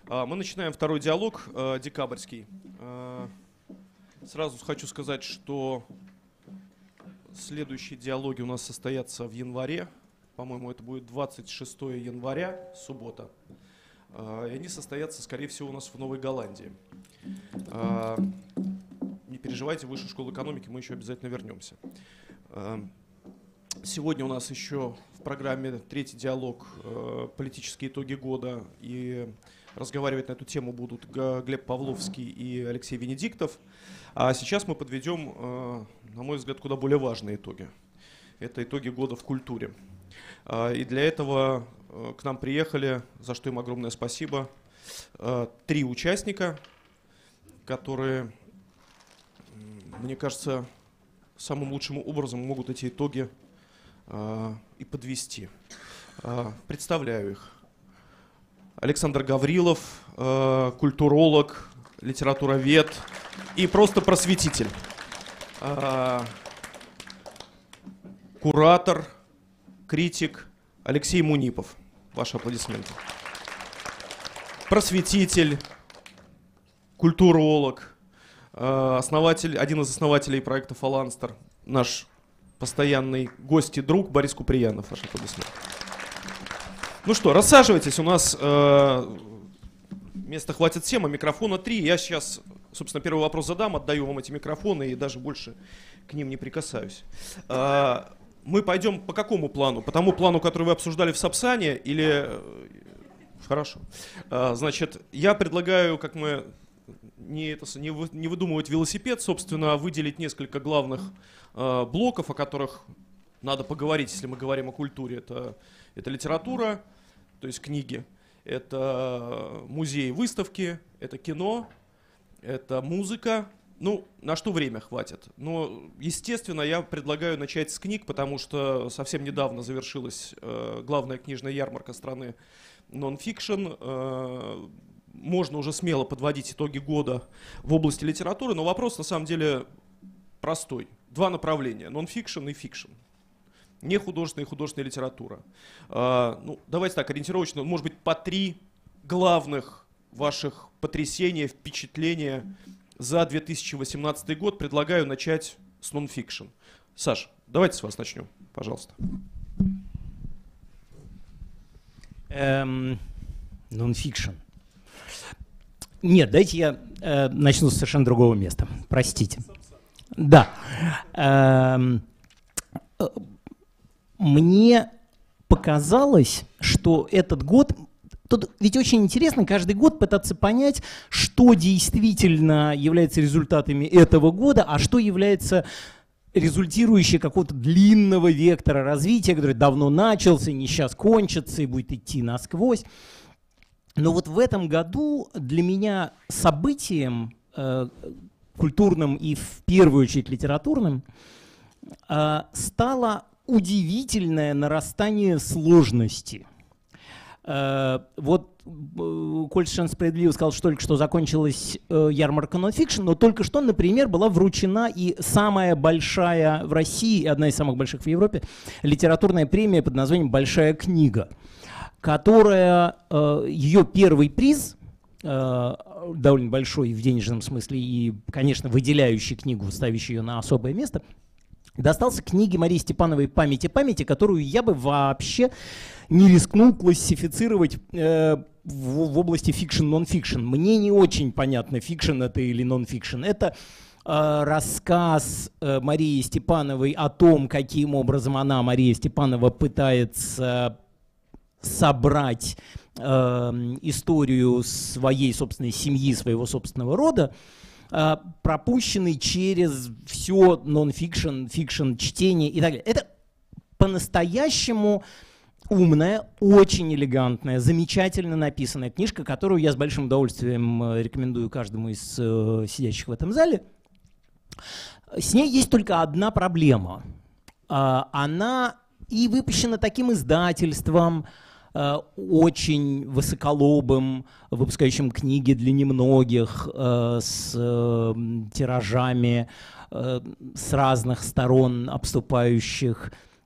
Мы начинаем второй диалог, декабрьский. Сразу хочу сказать, что следующие диалоги у нас состоятся в январе. По-моему, это будет 26 января, суббота. И они состоятся, скорее всего, у нас в Новой Голландии. Не переживайте, в Высшую школу экономики мы еще обязательно вернемся. Сегодня у нас еще в программе третий диалог «Политические итоги года». И разговаривать на эту тему будут Глеб Павловский и Алексей Венедиктов. А сейчас мы подведем, на мой взгляд, куда более важные итоги. Это итоги года в культуре. И для этого к нам приехали, за что им огромное спасибо, 3 участника, которые, мне кажется, самым лучшим образом могут эти итоги и подвести. Представляю их. Александр Гаврилов, культуролог, литературовед и просто просветитель. Куратор, критик Алексей Мунипов. Ваши аплодисменты. Просветитель, культуролог, один из основателей проекта «Фаланстер», наш постоянный гость и друг Борис Куприянов. Ваши аплодисменты. Ну что, рассаживайтесь, у нас места хватит всем, а микрофона 3. Я сейчас, собственно, первый вопрос задам, отдаю вам эти микрофоны и даже больше к ним не прикасаюсь. Мы пойдем по какому плану? По тому плану, который вы обсуждали в Сапсане, или... Хорошо. Значит, я предлагаю, как мы не выдумывать велосипед, собственно, выделить несколько главных блоков, о которых надо поговорить, если мы говорим о культуре. Это литература, то есть книги, это музеи, выставки, это кино, это музыка. Ну, на что время хватит? Но, естественно, я предлагаю начать с книг, потому что совсем недавно завершилась главная книжная ярмарка страны Non-Fiction. Можно уже смело подводить итоги года в области литературы, но вопрос на самом деле простой. 2 направления – Non-Fiction и Fiction. Не художественная и художественная литература. Ну, давайте так, ориентировочно, может быть, по 3 главных ваших потрясения, впечатления за 2018 год. Предлагаю начать с Non-Fiction. Саш, давайте с вас начнем, пожалуйста. Non-Fiction. Нет, дайте я начну с совершенно другого места. Простите. Да. Мне показалось, что этот год... Тут ведь очень интересно каждый год пытаться понять, что действительно является результатами этого года, а что является результирующей какого-то длинного вектора развития, который давно начался, не сейчас кончится и будет идти насквозь. Но вот в этом году для меня событием культурным и в первую очередь литературным стало удивительное нарастание сложности. Вот Коль совершенно справедливо сказал, что только что закончилась ярмарка Non-Fiction, но только что, например, была вручена и самая большая в России, одна из самых больших в Европе, литературная премия под названием «Большая книга», которая, ее первый приз, довольно большой в денежном смысле и, конечно, выделяющий книгу, ставящий ее на особое место, достался книге Марии Степановой «Память о памяти», которую я бы вообще не рискнул классифицировать в области фикшн-нон-фикшн. Мне не очень понятно, фикшн это или нон-фикшн. Это рассказ Марии Степановой о том, каким образом она, Мария Степанова, пытается собрать историю своей собственной семьи, своего собственного рода, пропущенный через все нон-фикшн, фикшн, чтение и так далее. Это по-настоящему умная, очень элегантная, замечательно написанная книжка, которую я с большим удовольствием рекомендую каждому из сидящих в этом зале. С ней есть только одна проблема. Она и выпущена таким издательством, очень высоколобым, выпускающим книги для немногих, с тиражами с разных сторон обступающих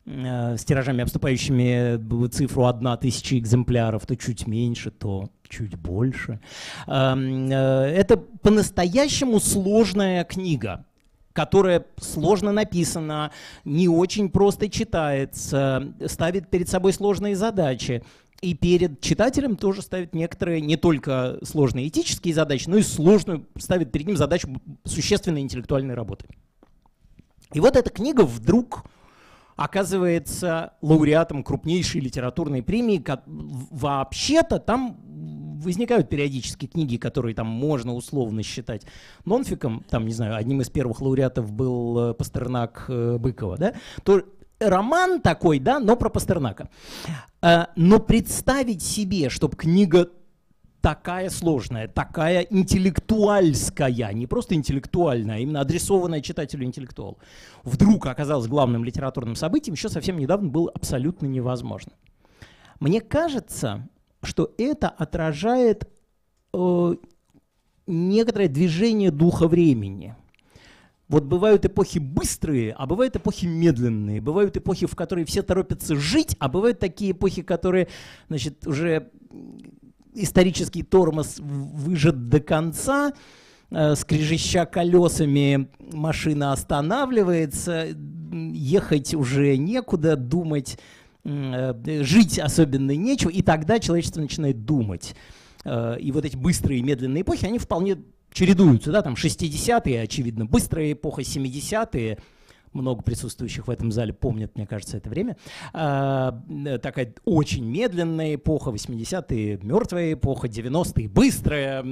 с тиражами, обступающими цифру 1000 экземпляров, то чуть меньше, то чуть больше. Это по-настоящему сложная книга, которая сложно написана, не очень просто читается, ставит перед собой сложные задачи. И перед читателем тоже ставит некоторые не только сложные этические задачи, но и сложную, ставит перед ним задачу существенной интеллектуальной работы. И вот эта книга вдруг оказывается лауреатом крупнейшей литературной премии. Вообще-то там возникают периодически книги, которые там можно условно считать нонфиком. Там, не знаю, одним из первых лауреатов был Пастернак Быкова, да? То роман такой, да, но про Пастернака. Но представить себе, чтобы книга такая сложная, такая интеллектуальская, не просто интеллектуальная, а именно адресованная читателю-интеллектуалу, вдруг оказалась главным литературным событием, еще совсем недавно было абсолютно невозможно. Мне кажется, что это отражает некоторое движение духа времени. Вот бывают эпохи быстрые, а бывают эпохи медленные. Бывают эпохи, в которые все торопятся жить, а бывают такие эпохи, которые, значит, уже исторический тормоз выжат до конца, скрежеща колесами, машина останавливается, ехать уже некуда, думать, жить особенно нечего, и тогда человечество начинает думать. И вот эти быстрые и медленные эпохи, они вполне чередуются, да, там 60-е, очевидно, быстрая эпоха, 70-е, много присутствующих в этом зале помнят, мне кажется, это время. Такая очень медленная эпоха, 80-е, мертвая эпоха, 90-е, быстрая.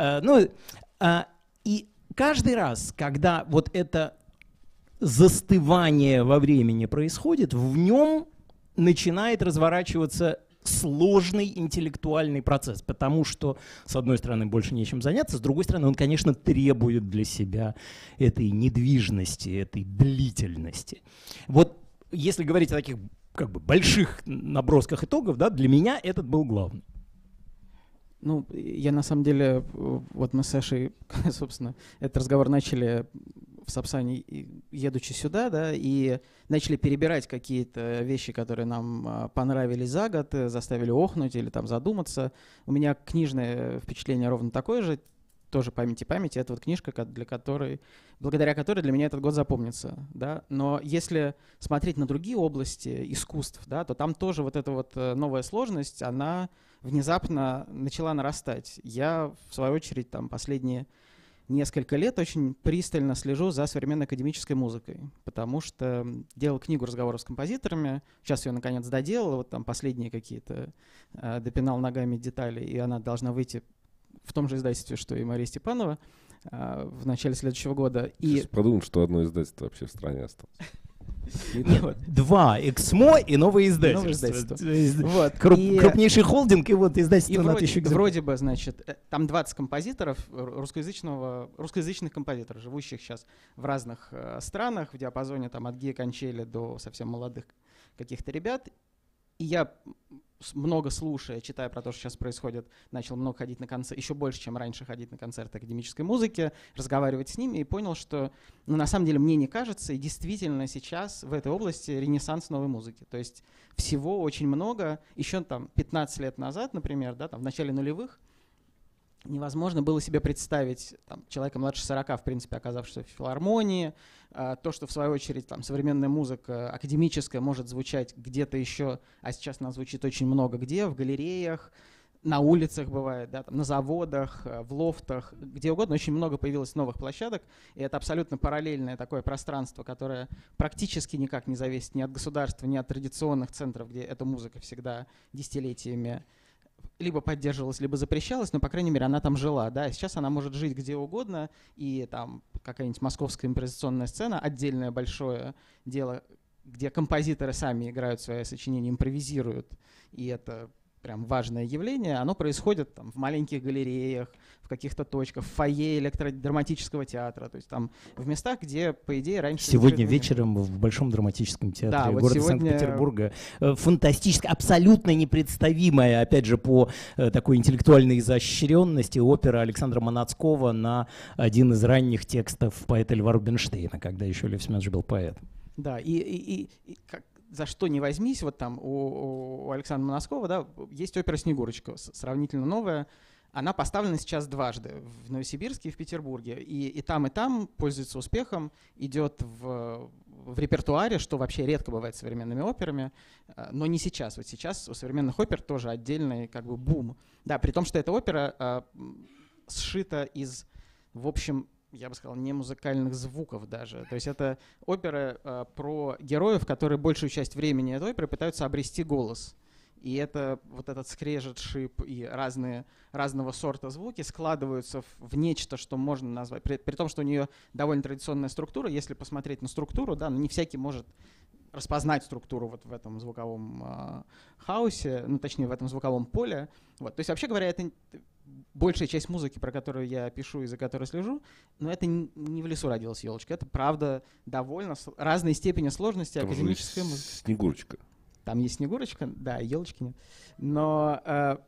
И каждый раз, когда вот это застывание во времени происходит, в нем начинает разворачиваться сложный интеллектуальный процесс, потому что, с одной стороны, больше нечем заняться, с другой стороны, он, конечно, требует для себя этой недвижности, этой длительности. Вот если говорить о таких как бы больших набросках итогов, да, для меня этот был главный. Ну, я на самом деле, вот мы с Сашей, собственно, этот разговор начали в Сапсане, едучи сюда, да, и начали перебирать какие-то вещи, которые нам понравились за год, заставили охнуть или там задуматься. У меня книжное впечатление ровно такое же, тоже памяти. Это вот книжка, благодаря которой для меня этот год запомнится, да. Но если смотреть на другие области искусств, да, то там тоже вот эта вот новая сложность, она внезапно начала нарастать. Я, в свою очередь, там последние несколько лет очень пристально слежу за современной академической музыкой, потому что делал книгу разговоров с композиторами, сейчас ее наконец доделал, вот там последние какие-то допинал ногами детали, и она должна выйти в том же издательстве, что и Мария Степанова в начале следующего года. Сейчас подумал, что одно издательство вообще в стране осталось. Нет, два Эксмо и новое издательство. Вот. Крупнейший холдинг и вот издательство на 1000 экземпляров. Вроде бы, значит, там 20 композиторов, русскоязычных композиторов, живущих сейчас в разных странах, в диапазоне там, от Гия Кончели до совсем молодых каких-то ребят. И я, много слушая, читая про то, что сейчас происходит, начал много ходить на концерты, еще больше, чем раньше ходить на концерты академической музыки, разговаривать с ними, и понял, что, ну, на самом деле, мне не кажется, и действительно сейчас в этой области ренессанс новой музыки. То есть всего очень много. Еще там 15 лет назад, например, да, там, в начале нулевых, невозможно было себе представить там, человека младше 40, в принципе, оказавшегося в филармонии, то, что в свою очередь там, современная музыка академическая может звучать где-то еще, а сейчас она звучит очень много где, в галереях, на улицах бывает, да, там, на заводах, в лофтах, где угодно. Очень много появилось новых площадок, и это абсолютно параллельное такое пространство, которое практически никак не зависит ни от государства, ни от традиционных центров, где эта музыка всегда десятилетиями либо поддерживалась, либо запрещалась, но, по крайней мере, она там жила, да, сейчас она может жить где угодно, и там какая-нибудь московская импровизационная сцена, отдельное большое дело, где композиторы сами играют свои сочинения, импровизируют, и это прям важное явление, оно происходит там в маленьких галереях, в каких-то точках, в фойе электродраматического театра, то есть там в местах, где, по идее, раньше... Сегодня вечером в Большом драматическом театре да, города вот Санкт-Петербурга фантастическая, абсолютно непредставимая, опять же, по такой интеллектуальной изощренности опера Александра Манацкого на один из ранних текстов поэта Льва Рубинштейна, когда еще Лев Семенович был поэт. Да, за что не возьмись, вот там у Александра Моноскова, да, есть опера «Снегурочка», сравнительно новая. Она поставлена сейчас дважды, в Новосибирске и в Петербурге. И там пользуется успехом, идет в репертуаре, что вообще редко бывает с современными операми, но не сейчас. Вот сейчас у современных опер тоже отдельный как бы бум. Да, при том, что эта опера сшита из, в общем, я бы сказал, не музыкальных звуков даже. То есть это опера про героев, которые большую часть времени этой оперы пытаются обрести голос. И это вот этот скрежет, шип и разного сорта звуки складываются в нечто, что можно назвать. При том, что у нее довольно традиционная структура. Если посмотреть на структуру, да, не всякий может распознать структуру вот в этом звуковом хаосе, ну, точнее, в этом звуковом поле. Вот. То есть, вообще говоря, это большая часть музыки, про которую я пишу и за которой слежу, но это не в лесу родилась елочка. Это, правда, довольно разной степени сложности академической музыки. Снегурочка. Там есть Снегурочка, да, елочки нет. Но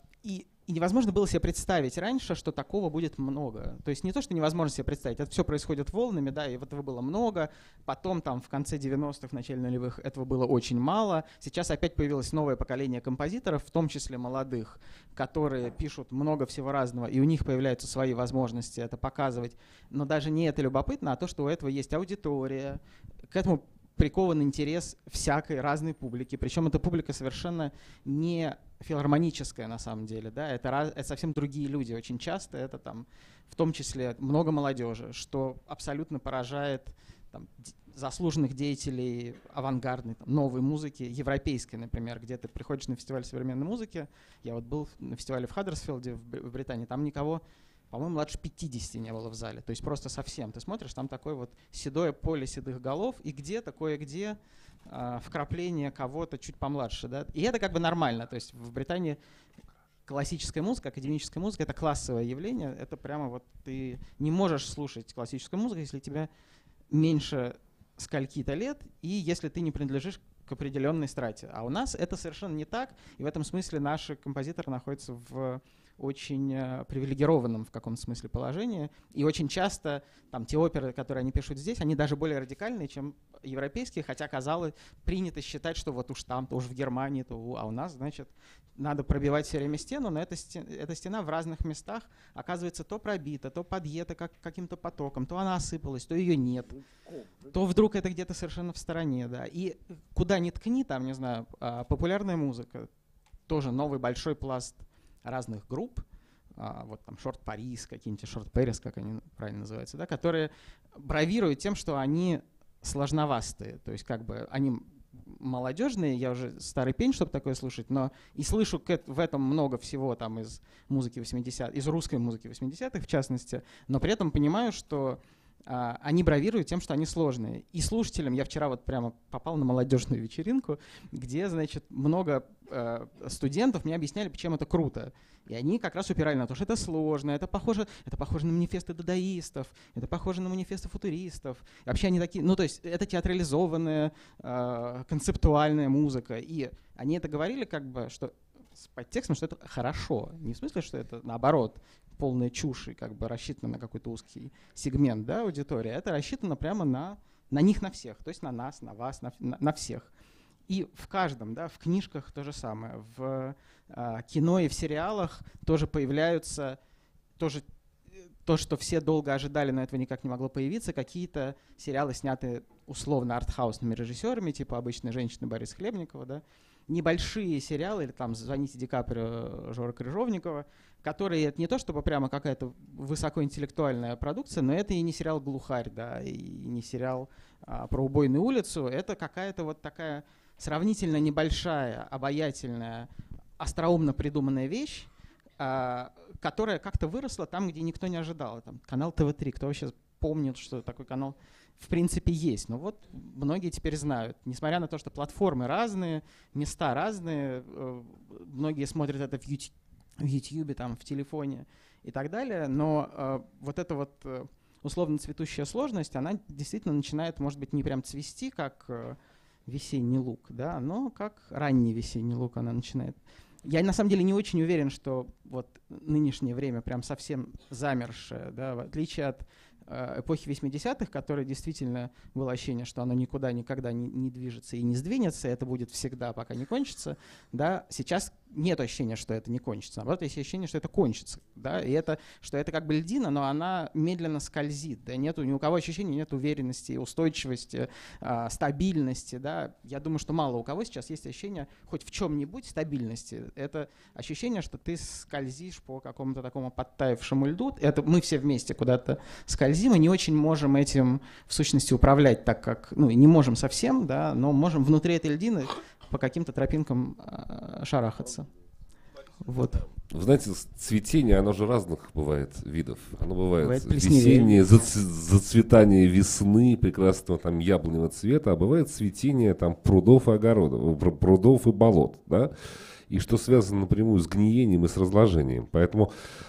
и невозможно было себе представить раньше, что такого будет много. То есть не то, что невозможно себе представить, это все происходит волнами, да, и вот этого было много. Потом там в конце 90-х, в начале нулевых этого было очень мало. Сейчас опять появилось новое поколение композиторов, в том числе молодых, которые пишут много всего разного, и у них появляются свои возможности это показывать. Но даже не это любопытно, а то, что у этого есть аудитория. К этому прикован интерес всякой разной публики. Причем эта публика совершенно не филармоническая на самом деле. Да? Это совсем другие люди. Очень часто это там, в том числе много молодежи, что абсолютно поражает там, заслуженных деятелей авангардной, там, новой музыки, европейской, например, где ты приходишь на фестиваль современной музыки. Я вот был на фестивале в Хаддерсфилде в Британии, там никого, по-моему, младше 50 не было в зале. То есть просто совсем. Ты смотришь, там такое вот седое поле седых голов, и где-то, кое-где вкрапление кого-то чуть помладше. Да? И это как бы нормально. То есть в Британии классическая музыка, академическая музыка — это классовое явление. Это прямо вот ты не можешь слушать классическую музыку, если тебе меньше скольки-то лет, и если ты не принадлежишь к определенной страте. А у нас это совершенно не так, и в этом смысле наши композиторы находятся в очень привилегированном в каком-то смысле положении. И очень часто там, те оперы, которые они пишут здесь, они даже более радикальные, чем европейские, хотя, казалось, принято считать, что вот уж там, то уж в Германии, а у нас, значит, надо пробивать все время стену, но эта стена в разных местах оказывается то пробита, то подъета каким-то потоком, то она осыпалась, то ее нет, то вдруг это где-то совершенно в стороне. Да. И куда ни ткни, там, не знаю, популярная музыка, тоже новый большой пласт разных групп, вот там Шорт Парис, какие-нибудь Шорт Пэрис, как они правильно называются, да, которые бравируют тем, что они сложновастые, то есть как бы они молодежные, я уже старый пень, чтобы такое слушать, но и слышу в этом много всего там из музыки 80-х, из русской музыки 80-х в частности, но при этом понимаю, что они бравируют тем, что они сложные. И слушателям, я вчера вот прямо попал на молодежную вечеринку, где, значит, много студентов мне объясняли, почему это круто. И они как раз упирали на то, что это сложно, это похоже на манифесты дадаистов, это похоже на манифесты футуристов. И вообще они такие, ну то есть это театрализованная, концептуальная музыка. И они это говорили как бы, что с подтекстом, что это хорошо. Не в смысле, что это наоборот, полная чушь и как бы рассчитана на какой-то узкий сегмент, да, аудитории. Это рассчитано прямо на них, на всех. То есть на нас, на вас, на всех. И в каждом, да, в книжках то же самое. В кино и в сериалах тоже появляются тоже то, что все долго ожидали, но этого никак не могло появиться. Какие-то сериалы, сняты условно артхаусными режиссерами, типа «Обычная женщина» Бориса Хлебникова, да, небольшие сериалы, или там «Звоните Ди Каприо» Жоры Крыжовникова, которые это не то чтобы прямо какая-то высокоинтеллектуальная продукция, но это и не сериал «Глухарь», да, и не сериал про убойную улицу, это какая-то вот такая сравнительно небольшая, обаятельная, остроумно придуманная вещь, которая как-то выросла там, где никто не ожидал. Там канал ТВ3, кто вообще помнит, что такой канал в принципе есть. Но вот многие теперь знают. Несмотря на то, что платформы разные, места разные, многие смотрят это в YouTube, там, в телефоне и так далее, но вот эта вот условно цветущая сложность, она действительно начинает, может быть, не прям цвести, как весенний лук, да, но как ранний весенний лук она начинает. Я на самом деле не очень уверен, что вот нынешнее время прям совсем замершее, да, в отличие от эпохи 80-х, которое действительно было ощущение, что оно никуда никогда не движется и не сдвинется, это будет всегда, пока не кончится, да, сейчас нет ощущения, что это не кончится, наоборот, есть ощущение, что это кончится, да, и это, что это как бы льдина, но она медленно скользит, да, нету, ни у кого ощущения нет уверенности, устойчивости, стабильности, да, я думаю, что мало у кого сейчас есть ощущение хоть в чем-нибудь стабильности, это ощущение, что ты скользишь по какому-то такому подтаявшему льду, это мы все вместе куда-то скользим и не очень можем этим в сущности управлять, так как, ну, и не можем совсем, да, но можем внутри этой льдины по каким-то тропинкам шарахаться. Вот. Вы знаете, цветение, оно же разных бывает видов. Оно бывает плесневее. весеннее, зацветание весны, прекрасного там яблоневого цвета, а бывает цветение там прудов и огородов, прудов и болот, да? И что связано напрямую с гниением и с разложением. Поэтому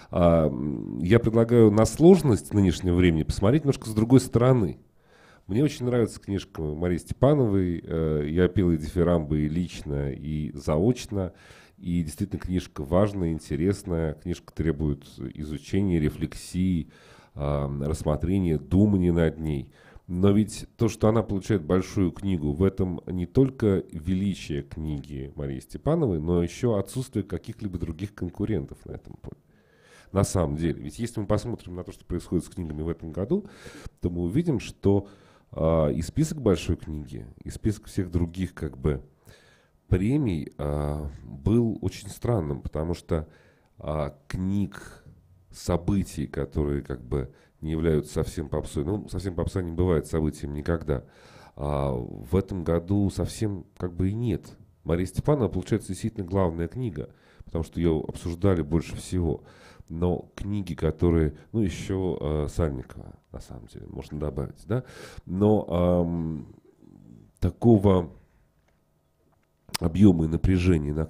я предлагаю на сложность нынешнего времени посмотреть немножко с другой стороны. Мне очень нравится книжка Марии Степановой. Я пел и дифирамбы и лично, и заочно. И действительно книжка важная, интересная. Книжка требует изучения, рефлексии, рассмотрения, думания над ней. Но ведь то, что она получает большую книгу, в этом не только величие книги Марии Степановой, но еще отсутствие каких-либо других конкурентов на этом поле. На самом деле. Ведь если мы посмотрим на то, что происходит с книгами в этом году, то мы увидим, что и список большой книги, и список всех других как бы премий был очень странным, потому что книг, событий, которые как бы не являются совсем попсой, ну, совсем попса не бывает событием никогда, в этом году совсем как бы и нет. Мария Степанова, получается, действительно главная книга, потому что ее обсуждали больше всего. Но книги, которые, ну, еще Сальникова, на самом деле, можно добавить, да, но такого объема и напряжения на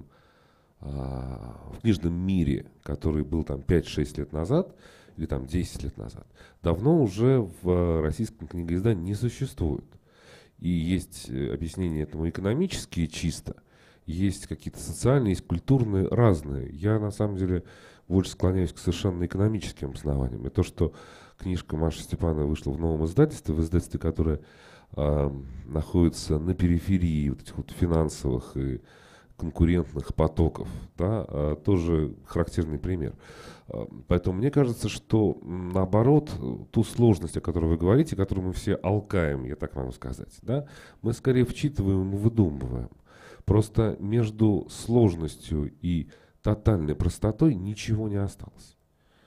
в книжном мире, который был там 5-6 лет назад, или там 10 лет назад, давно уже в российском книгоиздании не существует. И есть объяснения этому экономические чисто, есть какие-то социальные, есть культурные, разные. Я на самом деле больше склоняюсь к совершенно экономическим основаниям. И то, что книжка Маши Степановой вышла в новом издательстве, в издательстве, которое находится на периферии вот этих вот финансовых и конкурентных потоков, да, тоже характерный пример. Поэтому мне кажется, что наоборот, ту сложность, о которой вы говорите, которую мы все алкаем, я так могу сказать, да, мы скорее вчитываем и выдумываем. Просто между сложностью и тотальной простотой ничего не осталось.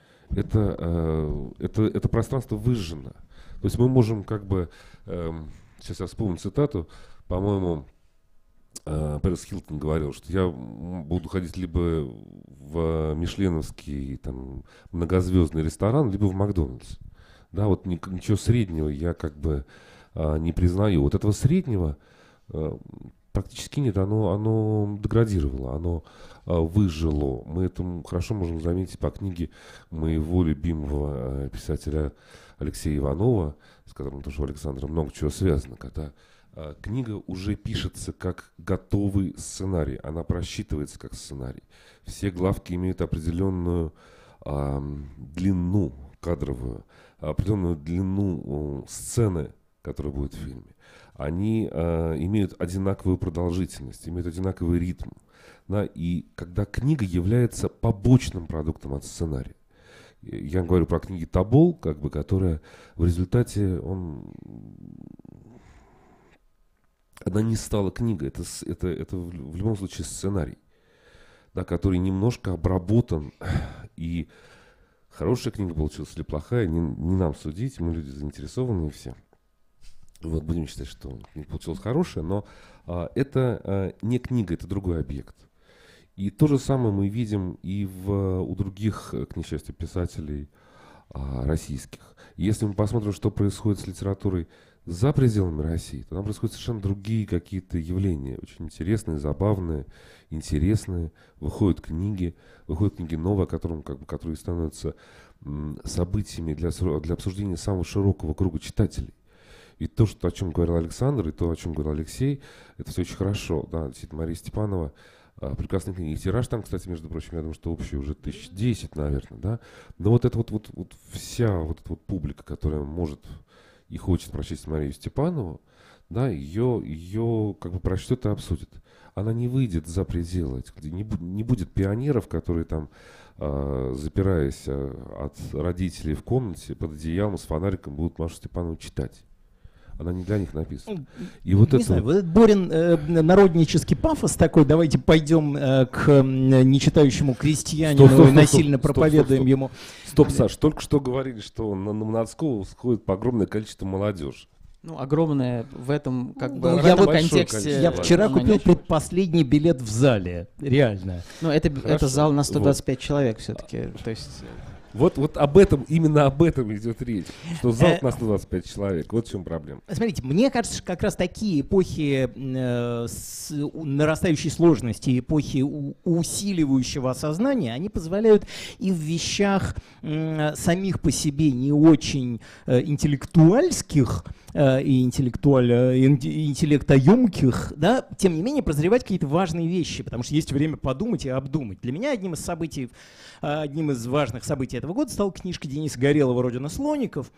Это пространство выжжено. То есть мы можем как бы, сейчас я вспомню цитату, по-моему, Пэрис Хилтон говорил, что я буду ходить либо в мишленовский там, многозвездный ресторан, либо в Макдональдс. Да, вот ничего среднего я как бы не признаю. Вот этого среднего практически нет, оно деградировало, оно выжило. Мы это хорошо можем заметить по книге моего любимого писателя Алексея Иванова, с которым тоже у Александра много чего связано, когда книга уже пишется как готовый сценарий, она просчитывается как сценарий. Все главки имеют определенную длину кадровую, определенную длину сцены, которая будет в фильме. Они имеют одинаковую продолжительность, имеют одинаковый ритм. Да, и когда книга является побочным продуктом от сценария. Я говорю про книги Тобол, как бы, которая в результате она не стала книгой, это в любом случае сценарий, да, который немножко обработан, и хорошая книга получилась или плохая, не нам судить, мы люди заинтересованные все. Вот будем считать, что книга получилась хорошая, но это не книга, это другой объект. И то же самое мы видим и у других, к несчастью, писателей российских. Если мы посмотрим, что происходит с литературой за пределами России, то там происходят совершенно другие какие-то явления, очень интересные, забавные, интересные. Выходят книги новые, которые становятся событиями для обсуждения самого широкого круга читателей. И то, о чем говорил Александр, и то, о чем говорил Алексей, это все очень хорошо. Да, действительно, Мария Степанова Прекрасные книги. И тираж там, кстати, между прочим, я думаю, что общий уже 1010, наверное, да. Но вот эта вот вся вот эта вот публика, которая может и хочет прочесть Марию Степанову, да, ее как бы прочтет и обсудит. Она не выйдет за пределы, где не будет пионеров, которые там, запираясь от родителей в комнате под одеялом с фонариком, будут Машу Степанову читать. Она не для них написана. И вот не знаю, вот этот Борин народнический пафос такой, давайте пойдем к нечитающему крестьянину и насильно проповедуем ему. Стоп, Саш, только что говорили, что на Мнацкого сходит огромное количество молодежи. Ну, огромное в этом, как бы, Ну, я в вот контексте. Я вчера купил предпоследний билет в зале, реально. Ну, это зал на 125 человек все-таки, то есть... Вот об этом, именно об этом идет речь. Что зал на 125 человек. Вот в чем проблема. Смотрите, мне кажется, как раз такие эпохи нарастающей сложности, эпохи усиливающего осознания, они позволяют и в вещах самих по себе не очень интеллектуальских и интеллектоемких, да, тем не менее прозревать какие-то важные вещи, потому что есть время подумать и обдумать. Для меня одним из важных событий этого года стала книжка Дениса Горелого «Родина слоников».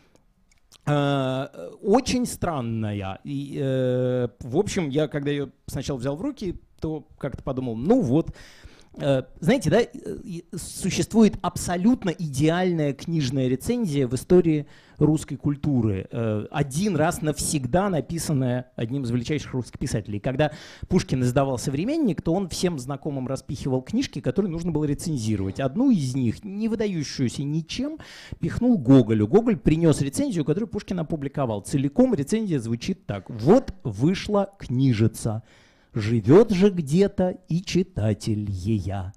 Очень странная. И, в общем, я, когда ее сначала взял в руки, то как-то подумал, ну вот, знаете, да, существует абсолютно идеальная книжная рецензия в истории русской культуры, один раз навсегда написанная одним из величайших русских писателей. Когда Пушкин издавал «Современник», то он всем знакомым распихивал книжки, которые нужно было рецензировать. Одну из них, не выдающуюся ничем, пихнул Гоголю. Гоголь принес рецензию, которую Пушкин опубликовал. Целиком рецензия звучит так. Вот вышла книжица. Живет же где-то и читатель ея.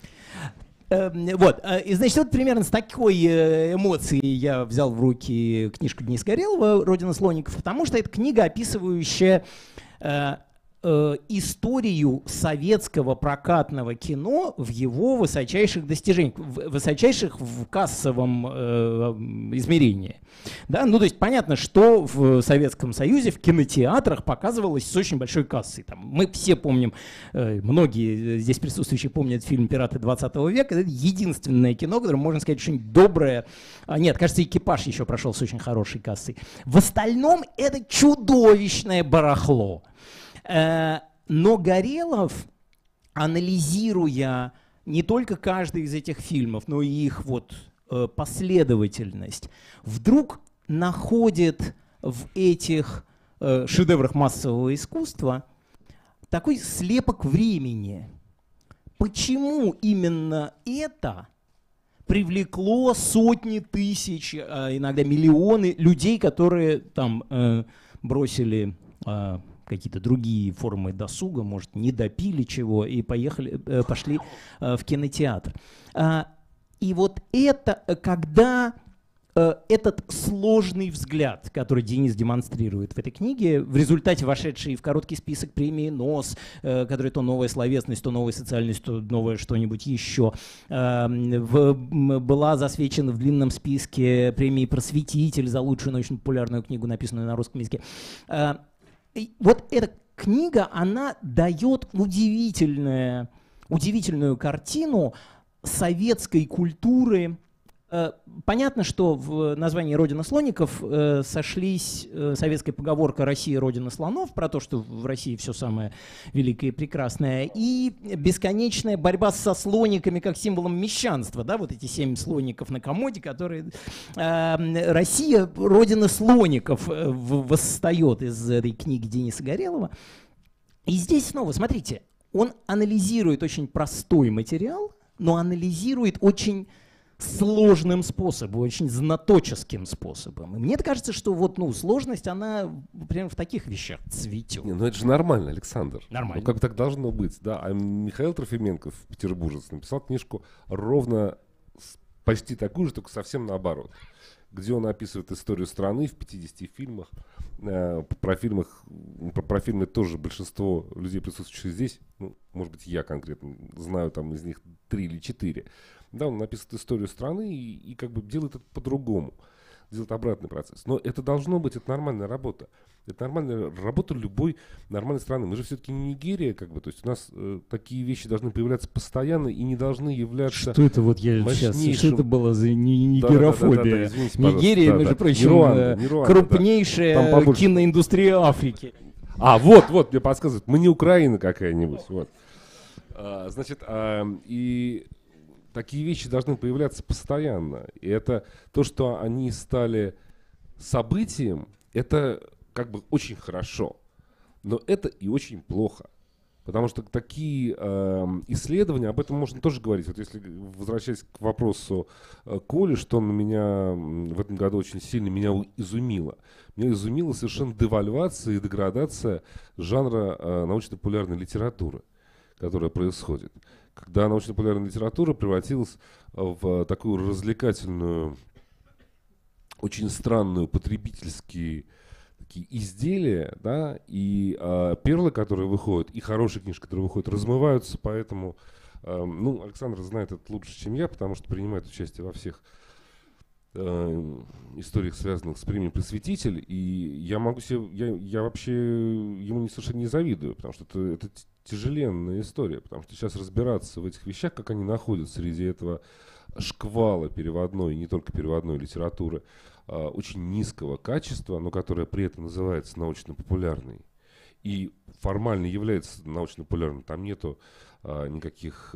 Вот, и значит, вот примерно с такой эмоцией я взял в руки книжку Дениса Горелого «Родина слоников», потому что это книга, описывающая историю советского прокатного кино в его высочайших достижениях, высочайших в кассовом измерении. Да? Ну, то есть понятно, что в Советском Союзе в кинотеатрах показывалось с очень большой кассой. Там, мы все помним, многие здесь присутствующие помнят фильм «Пираты 20 века». Это единственное кино, которое, можно сказать, очень доброе. Нет, кажется, «Экипаж» еще прошел с очень хорошей кассой. В остальном это чудовищное барахло. Но Горелов, анализируя не только каждый из этих фильмов, но и их вот последовательность, вдруг находит в этих шедеврах массового искусства такой слепок времени. Почему именно это привлекло сотни тысяч, иногда миллионы людей, которые там бросили какие-то другие формы досуга, может, не допили чего и пошли в кинотеатр. И вот это, когда этот сложный взгляд, который Денис демонстрирует в этой книге, в результате вошедший в короткий список премии НОС, который то новая словесность, то новая социальность, то новое что-нибудь еще, была засвечена в длинном списке премии «Просветитель» за лучшую научно-популярную книгу, написанную на русском языке. И вот эта книга, она дает удивительную картину советской культуры. Понятно, что в названии «Родина слоников» сошлись советская поговорка «Россия – родина слонов», про то, что в России все самое великое и прекрасное, и бесконечная борьба со слониками как символом мещанства, да, вот эти 7 слоников на комоде, которые... Россия – родина слоников восстает из этой книги Дениса Горелого. И здесь снова, смотрите, он анализирует очень простой материал, но анализирует очень сложным способом, очень знаточеским способом. И мне кажется, что вот, сложность, она прямо в таких вещах цветет. Не, это же нормально, Александр. Нормально. Как так должно быть, да? А Михаил Трофименков, петербуржец, написал книжку ровно почти такую же, только совсем наоборот, где он описывает историю страны в 50 фильмах. Про фильмы тоже большинство людей, присутствующих здесь, может быть, я конкретно знаю там из них 3 или 4. Да, он написывает историю страны и как бы делает это по-другому. делать обратный процесс. Но это должно быть, это нормальная работа. Это нормальная работа любой нормальной страны. Мы же все-таки не Нигерия, как бы, то есть у нас такие вещи должны появляться постоянно и не должны являться Что это вот я сейчас, что это было за нигерофобия? Нигерия, между прочим, крупнейшая киноиндустрия Африки. Вот, мне подсказывают, мы не Украина какая-нибудь, вот. Значит, и такие вещи должны появляться постоянно. И это то, что они стали событием, это как бы очень хорошо. Но это и очень плохо. Потому что такие исследования, об этом можно тоже говорить. Вот если возвращаясь к вопросу Коли, что на меня в этом году очень сильно меня изумило. Меня изумила совершенно девальвация и деградация жанра научно-популярной литературы, которая происходит. Когда научно-популярная литература превратилась в такую развлекательную, очень странную, потребительские такие изделия, да, и перлы, которые выходят, и хорошие книжки, которые выходят, размываются, поэтому, ну, Александр знает это лучше, чем я, потому что принимает участие во всех историях, связанных с премией «Просветитель», и я могу себе, я вообще ему совершенно не завидую, потому что это тяжеленная история, потому что сейчас разбираться в этих вещах, как они находятся среди этого шквала переводной, и не только переводной литературы, очень низкого качества, но которая при этом называется научно-популярной и формально является научно-популярной. Там нету никаких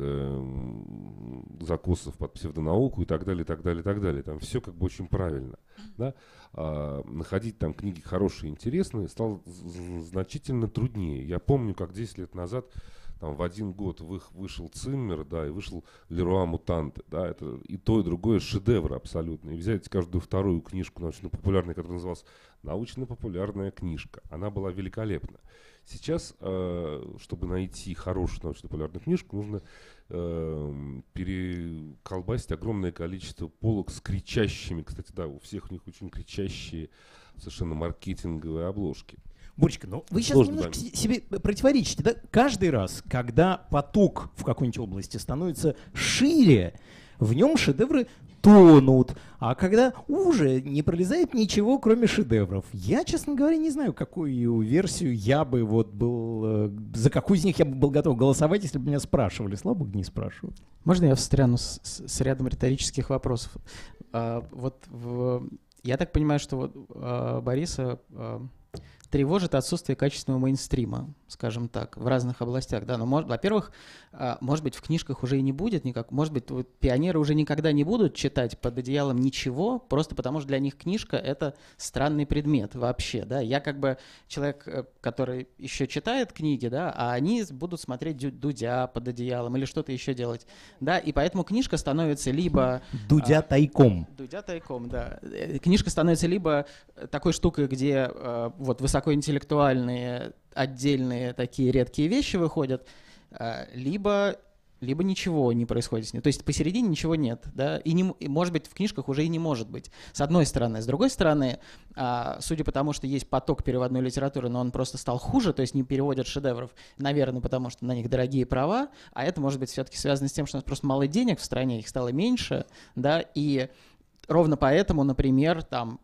закосов под псевдонауку и так далее, и так далее, и так далее. Там все как бы очень правильно. Да? Находить там книги хорошие, интересные стало значительно труднее. Я помню, как 10 лет назад там, в один год вышел Циммер, да, и вышел Леруа Мутанте, да, это и то, и другое шедевр абсолютно. И взять каждую вторую книжку научно-популярную, которая называлась «Научно-популярная книжка», она была великолепна. Сейчас, чтобы найти хорошую научно-популярную книжку, нужно переколбасить огромное количество полок с кричащими, кстати, да, у всех у них очень кричащие совершенно маркетинговые обложки. Боречка, ну вы сейчас немножко себе противоречите, да? Каждый раз, когда поток в какой-нибудь области становится шире, в нем шедевры тонут, а когда уже не пролезает ничего, кроме шедевров. Я, честно говоря, не знаю, какую версию я бы вот был, за какую из них я бы был готов голосовать, если бы меня спрашивали. Слава богу, не спрашивают. Можно я встряну с рядом риторических вопросов? Я так понимаю, что вот Бориса тревожит отсутствие качественного мейнстрима, скажем так, в разных областях. Да, но, во-первых, может быть, в книжках уже и не будет никак, может быть, пионеры уже никогда не будут читать под одеялом ничего, просто потому что для них книжка — это странный предмет вообще. Да? Я как бы человек, который еще читает книги, да, а они будут смотреть Дудя под одеялом или что-то еще делать. Да? И поэтому книжка становится либо... Дудя тайком. Дудя тайком, да. Книжка становится либо такой штукой, где вот высокоинтеллектуальные, отдельные такие редкие вещи выходят, либо ничего не происходит с ней. То есть посередине ничего нет. Да? И, может быть, в книжках уже и не может быть. С одной стороны. С другой стороны, судя по тому, что есть поток переводной литературы, но он просто стал хуже, то есть не переводят шедевров, наверное, потому что на них дорогие права, а это может быть все-таки связано с тем, что у нас просто мало денег в стране, их стало меньше, да, и ровно поэтому, например, там...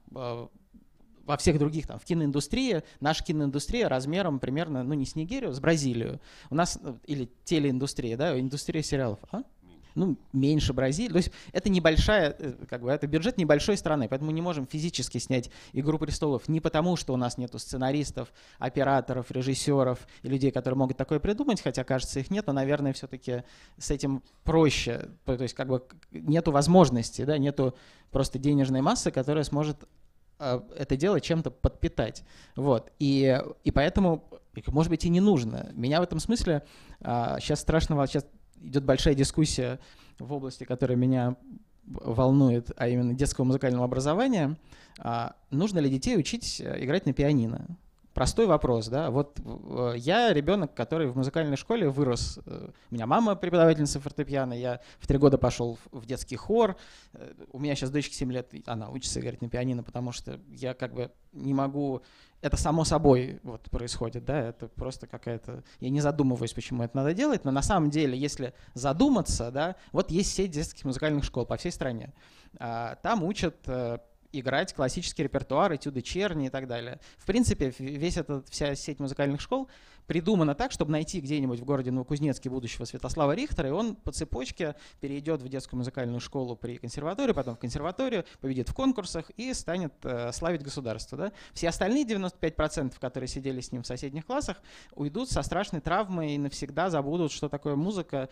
во всех других, там, в киноиндустрии, наша киноиндустрия размером примерно, ну, не с Нигерию, с Бразилию. У нас, или телеиндустрия, да, индустрия сериалов, ну, меньше Бразилии. То есть это небольшая, как бы, это бюджет небольшой страны, поэтому мы не можем физически снять «Игру престолов» не потому, что у нас нету сценаристов, операторов, режиссеров и людей, которые могут такое придумать, хотя, кажется, их нет, но, наверное, все-таки с этим проще. То есть, как бы, нету возможности, да, нету просто денежной массы, которая сможет это дело чем-то подпитать. Вот. И поэтому, может быть, и не нужно. Меня в этом смысле сейчас идет большая дискуссия в области, которая меня волнует, а именно детского музыкального образования. Нужно ли детей учить играть на пианино? Простой вопрос, да. Вот я ребенок, который в музыкальной школе вырос. У меня мама преподавательница фортепиано, я в 3 года пошел в детский хор. У меня сейчас дочке 7 лет, она учится играть на пианино, потому что я как бы не могу... Это само собой вот происходит, да, это просто какая-то... Я не задумываюсь, почему это надо делать, но на самом деле, если задуматься, да, вот есть сеть детских музыкальных школ по всей стране. Там учат играть классический репертуар, этюды Черни и так далее. В принципе, вся сеть музыкальных школ придумана так, чтобы найти где-нибудь в городе Новокузнецке будущего Святослава Рихтера, и он по цепочке перейдет в детскую музыкальную школу при консерватории, потом в консерваторию, победит в конкурсах и станет славить государство. Да? Все остальные 95%, которые сидели с ним в соседних классах, уйдут со страшной травмой и навсегда забудут, что такое музыка,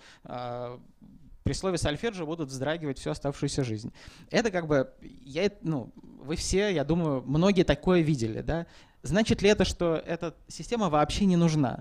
при слове сольфеджио будут вздрагивать всю оставшуюся жизнь. Это как бы, вы все, я думаю, многие такое видели, да? Значит ли это, что эта система вообще не нужна?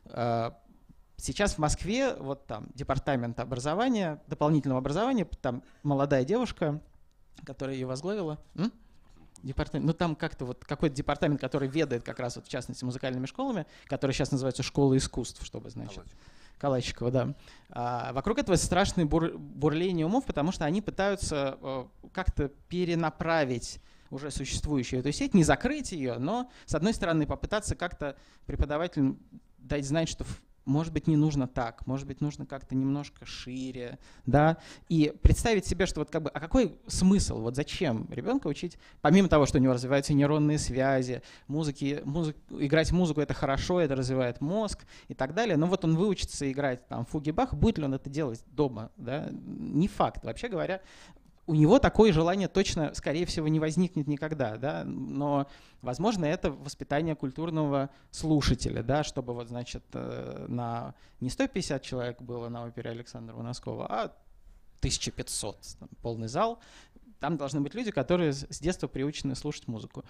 Сейчас в Москве, вот там, департамент образования, дополнительного образования, там молодая девушка, которая ее возглавила, департамент, там как-то вот какой-то департамент, который ведает как раз вот в частности музыкальными школами, которые сейчас называются школы искусств, чтобы, значит, Калачикова, да. Вокруг этого страшное бурление умов, потому что они пытаются как-то перенаправить уже существующую эту сеть, не закрыть ее, но, с одной стороны, попытаться как-то преподавателям дать знать, что, может быть, не нужно так, может быть, нужно как-то немножко шире, да, и представить себе, что вот как бы, а какой смысл, вот зачем ребенка учить, помимо того, что у него развиваются нейронные связи, играть музыку — это хорошо, это развивает мозг и так далее, но вот он выучится играть там фуги Баха, будет ли он это делать дома, да, не факт, вообще говоря. У него такое желание точно, скорее всего, не возникнет никогда, да? Но, возможно, это воспитание культурного слушателя, да? Чтобы вот, значит, на не 150 человек было на опере Александра Воноскова, а 1500, там, полный зал. Там должны быть люди, которые с детства приучены слушать музыку.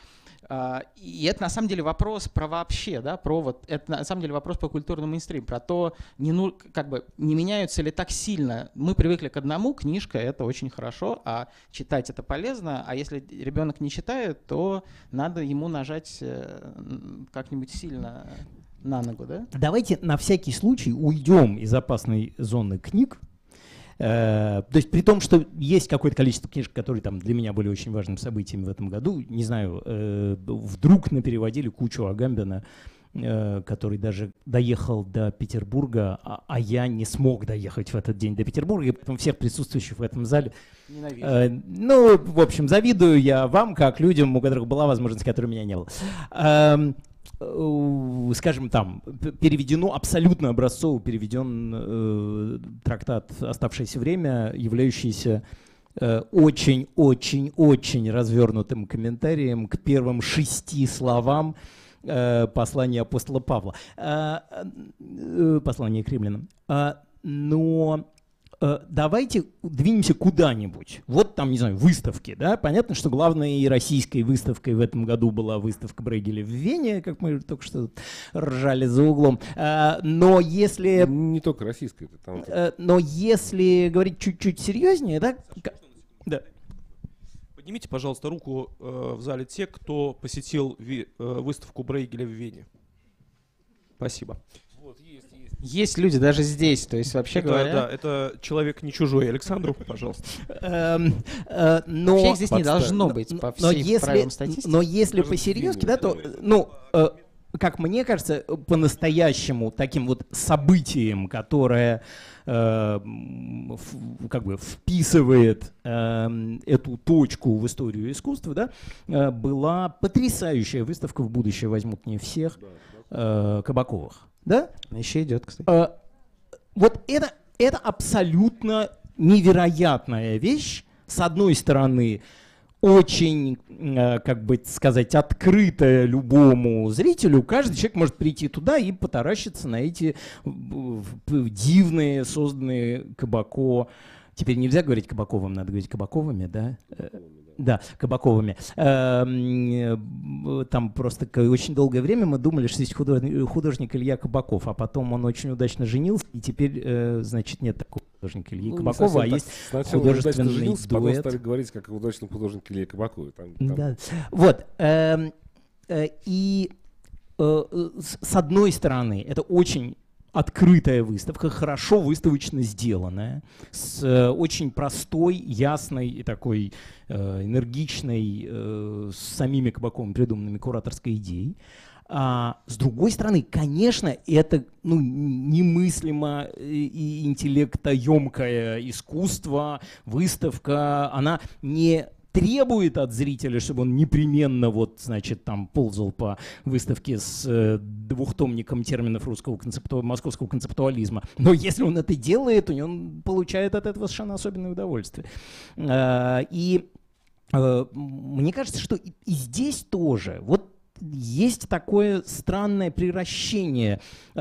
И это на самом деле вопрос про вообще, да, это на самом деле вопрос по культурному мейнстриму, про то, не меняются ли так сильно. Мы привыкли к одному, книжка — это очень хорошо, а читать — это полезно, а если ребенок не читает, то надо ему нажать как-нибудь сильно на ногу, да? Давайте на всякий случай уйдем из опасной зоны книг. То есть при том, что есть какое-то количество книжек, которые там для меня были очень важным событием в этом году, не знаю, вдруг напереводили кучу Агамбина, который даже доехал до Петербурга, а я не смог доехать в этот день до Петербурга, и поэтому всех присутствующих в этом зале, в общем, завидую я вам, как людям, у которых была возможность, которой у меня не было. Скажем, там переведено, абсолютно образцово переведен трактат «Оставшееся время», являющийся очень-очень-очень развернутым комментарием к первым 6 словам послания апостола Павла, послания к римлянам. Но давайте двинемся куда-нибудь. Вот там, не знаю, выставки, да? Понятно, что главной российской выставкой в этом году была выставка Брейгеля в Вене, как мы только что ржали за углом. Но если... Не только российской. Но если говорить чуть-чуть серьезнее, да? Да. Поднимите, пожалуйста, руку в зале те, кто посетил выставку Брейгеля в Вене. Спасибо. Есть люди даже здесь, то есть вообще говоря... Да, это человек не чужой. Александру, пожалуйста. Вообще их здесь не должно быть по всей правилам статистики. Но если по-серьезки, да, то, как мне кажется, по-настоящему таким вот событием, которое как бы вписывает эту точку в историю искусства, да, была потрясающая выставка «В будущее возьмут не всех» Кабаковых. Да? Она еще идет, кстати. Вот это абсолютно невероятная вещь. С одной стороны, очень, как бы сказать, открытая любому зрителю. Каждый человек может прийти туда и потаращиться на эти дивные, созданные Кабако. Теперь нельзя говорить Кабаковым, надо говорить Кабаковыми, да? Да, Кабаковыми. Там просто очень долгое время мы думали, что есть художник Илья Кабаков, а потом он очень удачно женился, и теперь, значит, нет такого художника Ильи Кабакова, а есть художественный женился, дуэт. Потом стали говорить, как о художественном художнике Ильи Кабакове. Да. Вот. И с одной стороны, это очень открытая выставка, хорошо выставочно сделанная, с очень простой, ясной и такой энергичной, с самими Кабаковыми придуманными кураторской идеей. А с другой стороны, конечно, это немыслимо и интеллектоемкое искусство, выставка, она не требует от зрителя, чтобы он непременно вот, значит, там ползал по выставке с двухтомником терминов московского концептуализма. Но если он это делает, он получает от этого совершенно особенное удовольствие. И мне кажется, что и здесь тоже вот есть такое странное приращение.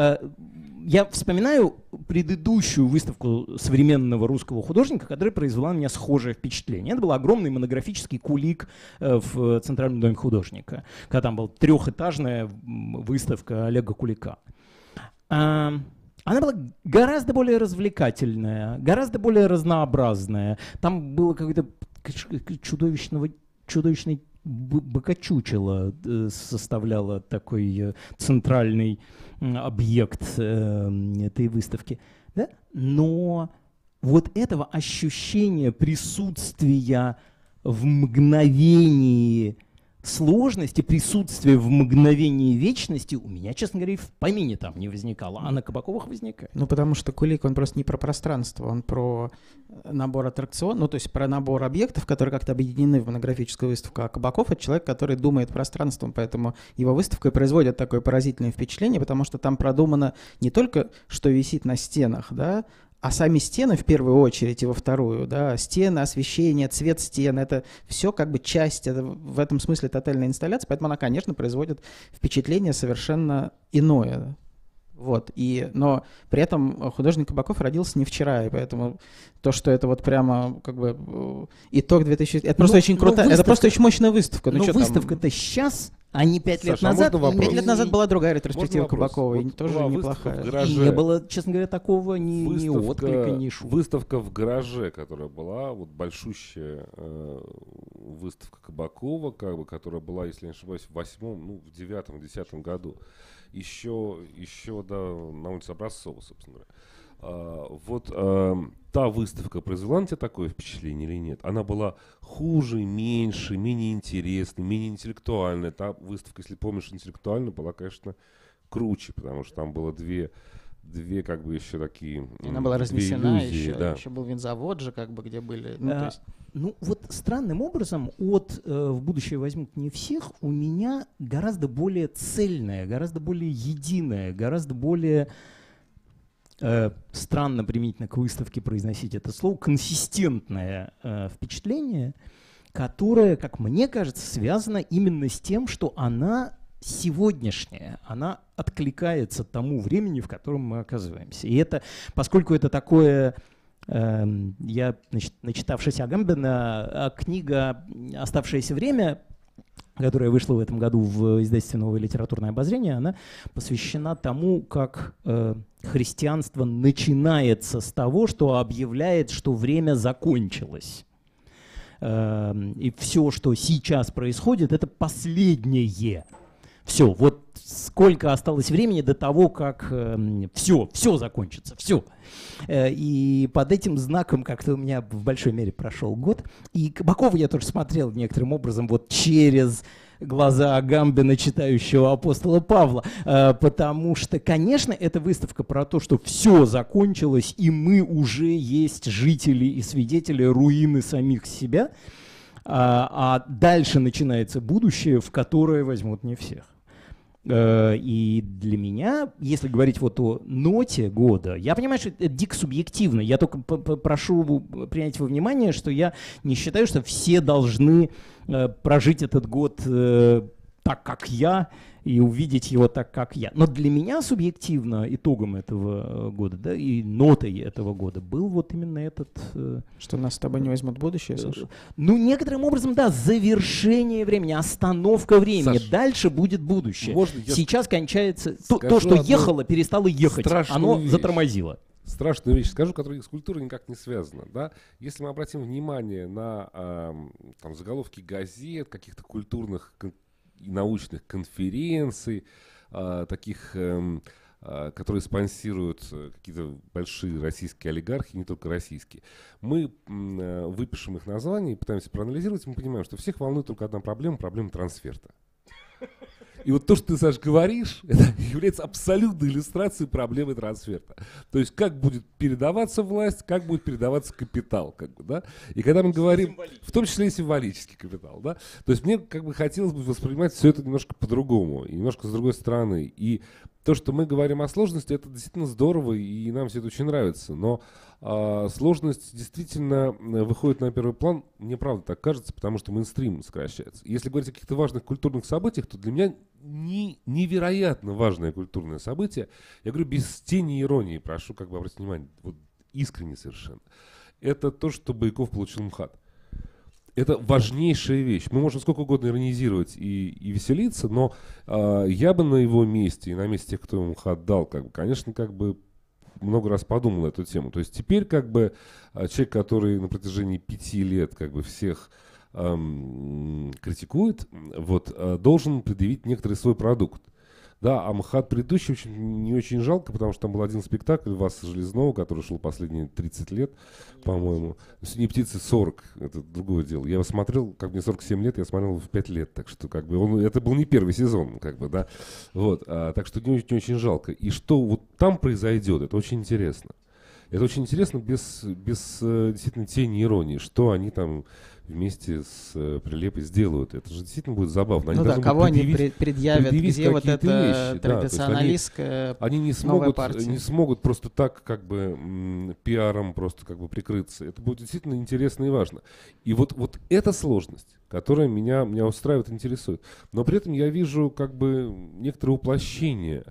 Я вспоминаю предыдущую выставку современного русского художника, которая произвела на меня схожее впечатление. Это был огромный монографический кулик в Центральном доме художника, когда там была трехэтажная выставка Олега Кулика. Она была гораздо более развлекательная, гораздо более разнообразная. Там было какое-то чудовищный быкачучело составляло такой центральный объект этой выставки. Да? Но вот этого ощущения присутствия в мгновении сложности, присутствия в мгновении вечности у меня, честно говоря, и в помине там не возникало, а на Кабаковых возникает. Ну, потому что Кулик, он просто не про пространство, он про набор аттракционов, ну, то есть про набор объектов, которые как-то объединены в монографическую выставку. А Кабаков — это человек, который думает пространством, поэтому его выставка и производит такое поразительное впечатление, потому что там продумано не только, что висит на стенах, да, а сами стены в первую очередь и во вторую, да, стены, освещение, цвет стен, это все как бы часть, это в этом смысле тотальная инсталляция, поэтому она, конечно, производит впечатление совершенно иное. Вот, но при этом художник Кабаков родился не вчера, и поэтому то, что это вот прямо как бы итог 2000... Это просто очень круто, это просто очень мощная выставка. Но выставка-то сейчас, а не 5 лет назад. 5 лет назад была другая ретроспектива Кабакова, и тоже неплохая. И не было, честно говоря, такого ни отклика, ни шума. Выставка в гараже, которая была, вот большущая выставка Кабакова, как бы, которая была, если не ошибаюсь, в 9-10 году. Еще да, на улице Образцова, собственно говоря. Та выставка произвела на тебя такое впечатление или нет? Она была хуже, меньше, менее интересной, менее интеллектуальной. Та выставка, если помнишь, интеллектуальная, была, конечно, круче, потому что там было две как бы еще такие она была разнесена, иллюзии, да. Еще был винзавод же, как бы, где были... Ну вот странным образом от «В будущее возьмут не всех» у меня гораздо более цельное, гораздо более единое, гораздо более, странно применительно к выставке произносить это слово, консистентное впечатление, которое, как мне кажется, связано именно с тем, что она сегодняшняя, она откликается тому времени, в котором мы оказываемся. И это, поскольку это такое... Я, начитавшись Агамбина, книга «Оставшееся время», которая вышла в этом году в издательстве «Новое литературное обозрение», она посвящена тому, как христианство начинается с того, что объявляет, что время закончилось. И все, что сейчас происходит, это последнее. Все, вот сколько осталось времени до того, как все закончится, все. И под этим знаком как-то у меня в большой мере прошел год. И Кабакова я тоже смотрел некоторым образом вот через глаза Агамбина, читающего апостола Павла, потому что, конечно, эта выставка про то, что все закончилось, и мы уже есть жители и свидетели руины самих себя, а дальше начинается будущее, в которое возьмут не всех. И для меня, если говорить вот о ноте года, я понимаю, что это дико субъективно. Я только прошу принять во внимание, что я не считаю, что все должны прожить этот год так, как я, и увидеть его так, как я. Но для меня субъективно итогом этого года, да, и нотой этого года был вот именно этот... Что нас с тобой не возьмут в будущее, Саша? Ну, некоторым образом, да, завершение времени, остановка времени. Саш, дальше будет будущее. Сейчас кончается... То, что ехало, перестало ехать. Оно затормозило. Страшную вещь скажу, которая с культурой никак не связана. Да? Если мы обратим внимание на там, заголовки газет, каких-то культурных и научных конференций, таких, которые спонсируют какие-то большие российские олигархи, не только российские, мы выпишем их названия и пытаемся проанализировать, мы понимаем, что всех волнует только одна проблема — проблема трансферта. И вот то, что ты, Саш, говоришь, это является абсолютной иллюстрацией проблемы трансферта. То есть как будет передаваться власть, как будет передаваться капитал. Как бы, да? И когда мы говорим, в том числе и символический капитал, да? То есть мне как бы хотелось бы воспринимать все это немножко по-другому, и немножко с другой стороны. И то, что мы говорим о сложности, это действительно здорово, и нам все это очень нравится. Но сложность действительно выходит на первый план, мне правда так кажется, потому что мейнстрим сокращается. Если говорить о каких-то важных культурных событиях, то для меня невероятно важное культурное событие, я говорю без тени иронии, прошу как бы обратить внимание, вот искренне совершенно, это то, что Байков получил МХАТ. Это важнейшая вещь. Мы можем сколько угодно иронизировать и веселиться, но я бы на его месте и на месте тех, кто ему МХАТ дал, как бы, конечно, как бы много раз подумал на эту тему. То есть теперь как бы человек, который на протяжении 5 лет как бы всех критикует, вот, должен предъявить некоторый свой продукт. Да, а МХАТ предыдущий не очень жалко, потому что там был один спектакль Васы Железного, который шел последние 30 лет, по-моему. «Синие птицы» 40, это другое дело. Я его смотрел, как мне 47 лет, я смотрел в 5 лет, так что как бы это был не первый сезон, как бы, да. Вот, так что не очень жалко. И что вот там произойдет, это очень интересно. Это очень интересно без действительно тени иронии, что они там вместе с Прилепой сделают. Это же действительно будет забавно. Они кого они предъявят, где вот это вещи, традиционалистская они не смогут просто так как бы пиаром просто как бы прикрыться. Это будет действительно интересно и важно. И вот эта сложность, которая меня устраивает, интересует. Но при этом я вижу как бы некоторое уплощение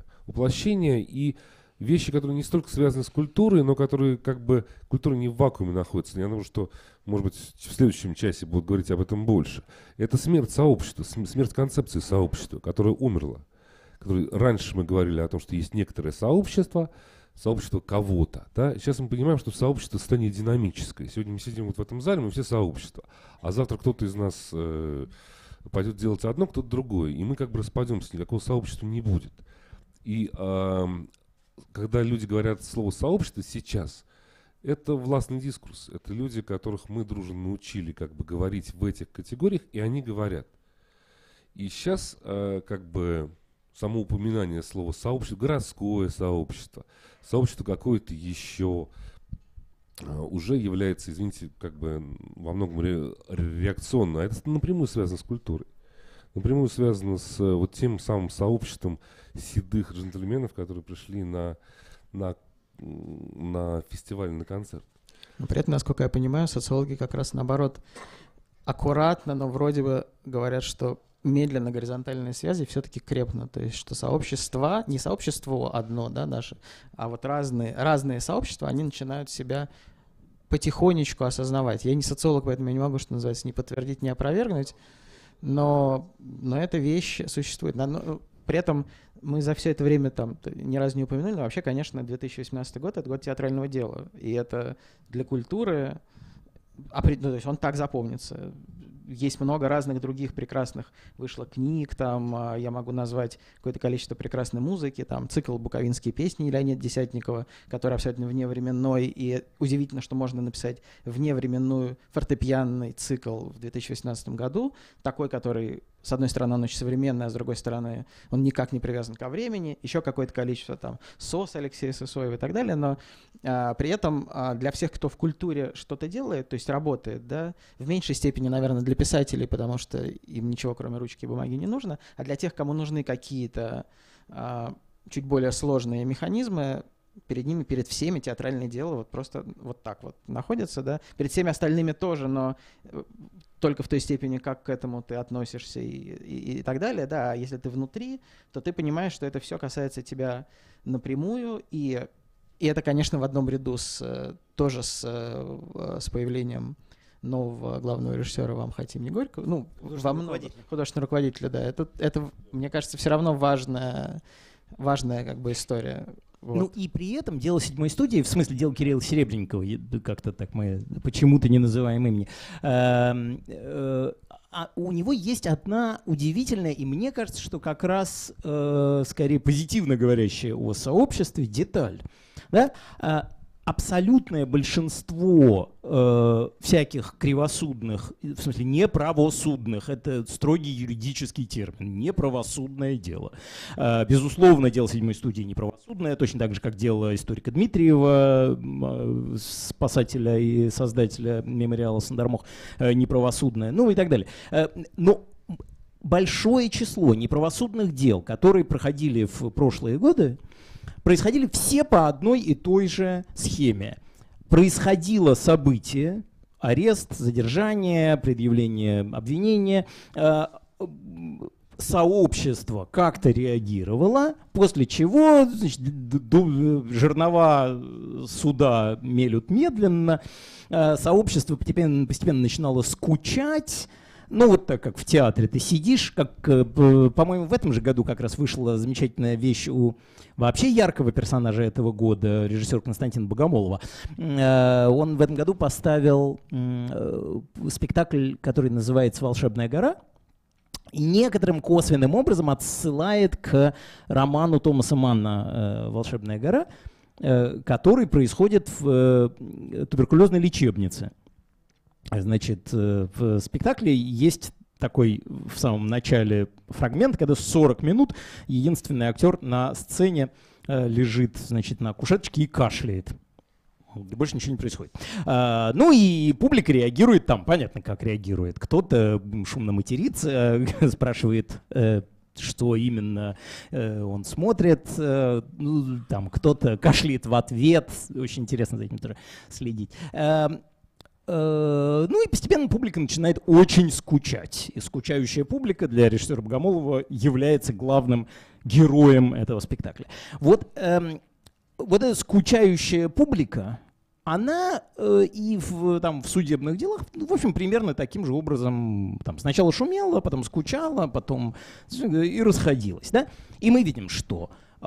и вещи, которые не столько связаны с культурой, но которые как бы культура не в вакууме находится. Я думаю, что, может быть, в следующем часе будут говорить об этом больше. Это смерть сообщества, смерть концепции сообщества, которая умерла. Раньше мы говорили о том, что есть некоторое сообщество кого-то. Да? Сейчас мы понимаем, что сообщество станет динамическое. Сегодня мы сидим вот в этом зале, мы все сообщество. А завтра кто-то из нас пойдет делать одно, кто-то другое. И мы как бы распадемся, никакого сообщества не будет. И когда люди говорят слово «сообщество» сейчас, это властный дискурс. Это люди, которых мы дружно научили как бы говорить в этих категориях, и они говорят. И сейчас как бы само упоминание слова «сообщество», городское сообщество, сообщество какое-то еще уже является, извините, как бы во многом реакционно. А это напрямую связано с культурой. Напрямую связано с вот тем самым сообществом седых джентльменов, которые пришли на фестиваль, на концерт. Но при этом, насколько я понимаю, социологи как раз наоборот аккуратно, но вроде бы говорят, что медленно горизонтальные связи все-таки крепнут. То есть, что сообщества, не сообщество одно, да, наше, а вот разные сообщества, они начинают себя потихонечку осознавать. Я не социолог, поэтому я не могу, что называется, ни подтвердить, ни опровергнуть. Но эта вещь существует. Но при этом мы за все это время там ни разу не упомянули, но вообще, конечно, 2018 год — это год театрального дела. И это для культуры, то есть он так запомнится. Есть много разных других прекрасных вышло книг, там я могу назвать какое-то количество прекрасной музыки, там цикл «Буковинские песни» Леонида Десятникова, который абсолютно вневременной, и удивительно, что можно написать вневременную фортепианный цикл в 2018 году, такой, который, с одной стороны, он очень современный, а с другой стороны, он никак не привязан ко времени, еще какое-то количество там СОС Алексея Сысоева и так далее, но при этом для всех, кто в культуре что-то делает, то есть работает, да, в меньшей степени, наверное, для писателей, потому что им ничего, кроме ручки и бумаги, не нужно, а для тех, кому нужны какие-то чуть более сложные механизмы, перед ними, перед всеми театральное дело вот просто вот так вот находится, да, перед всеми остальными тоже, но только в той степени, как к этому ты относишься и так далее, да, а если ты внутри, то ты понимаешь, что это все касается тебя напрямую, и это, конечно, в одном ряду тоже с появлением нового главного режиссера в МХАТе имени Горького, ну, художественного руководителя, да, это, мне кажется, все равно важная как бы история. Вот. Ну и при этом дело седьмой студии, в смысле дело Кирилла Серебренникова, как-то так мы почему-то не называем имени, у него есть одна удивительная, и мне кажется, что как раз скорее позитивно говорящая о сообществе деталь. Да? абсолютное большинство всяких кривосудных, в смысле неправосудных, это строгий юридический термин, неправосудное дело. Безусловно, дело седьмой студии неправосудное, точно так же, как дело историка Дмитриева, спасателя и создателя мемориала Сандармох, неправосудное, ну и так далее. Но большое число неправосудных дел, которые проходили в прошлые годы, происходили все по одной и той же схеме. Происходило событие, арест, задержание, предъявление обвинения, сообщество как-то реагировало, после чего, значит, жернова суда мелют медленно, сообщество постепенно начинало скучать. Ну вот так как в театре ты сидишь, как, по-моему, в этом же году как раз вышла замечательная вещь у вообще яркого персонажа этого года, режиссера Константина Богомолова. Он в этом году поставил спектакль, который называется «Волшебная гора», и некоторым косвенным образом отсылает к роману Томаса Манна «Волшебная гора», который происходит в туберкулезной лечебнице. Значит, в спектакле есть такой в самом начале фрагмент, когда 40 минут единственный актер на сцене лежит, значит, на кушеточке и кашляет. Больше ничего не происходит. Ну и публика реагирует там, понятно, как реагирует. Кто-то шумно матерится, спрашивает, что именно он смотрит. Ну, там кто-то кашляет в ответ. Очень интересно за этим тоже следить. Ну и постепенно публика начинает очень скучать. И скучающая публика для режиссера Богомолова является главным героем этого спектакля. Вот эта скучающая публика, она и в судебных делах, ну, в общем, примерно таким же образом там, сначала шумела, потом скучала, потом и расходилась. Да? И мы видим, что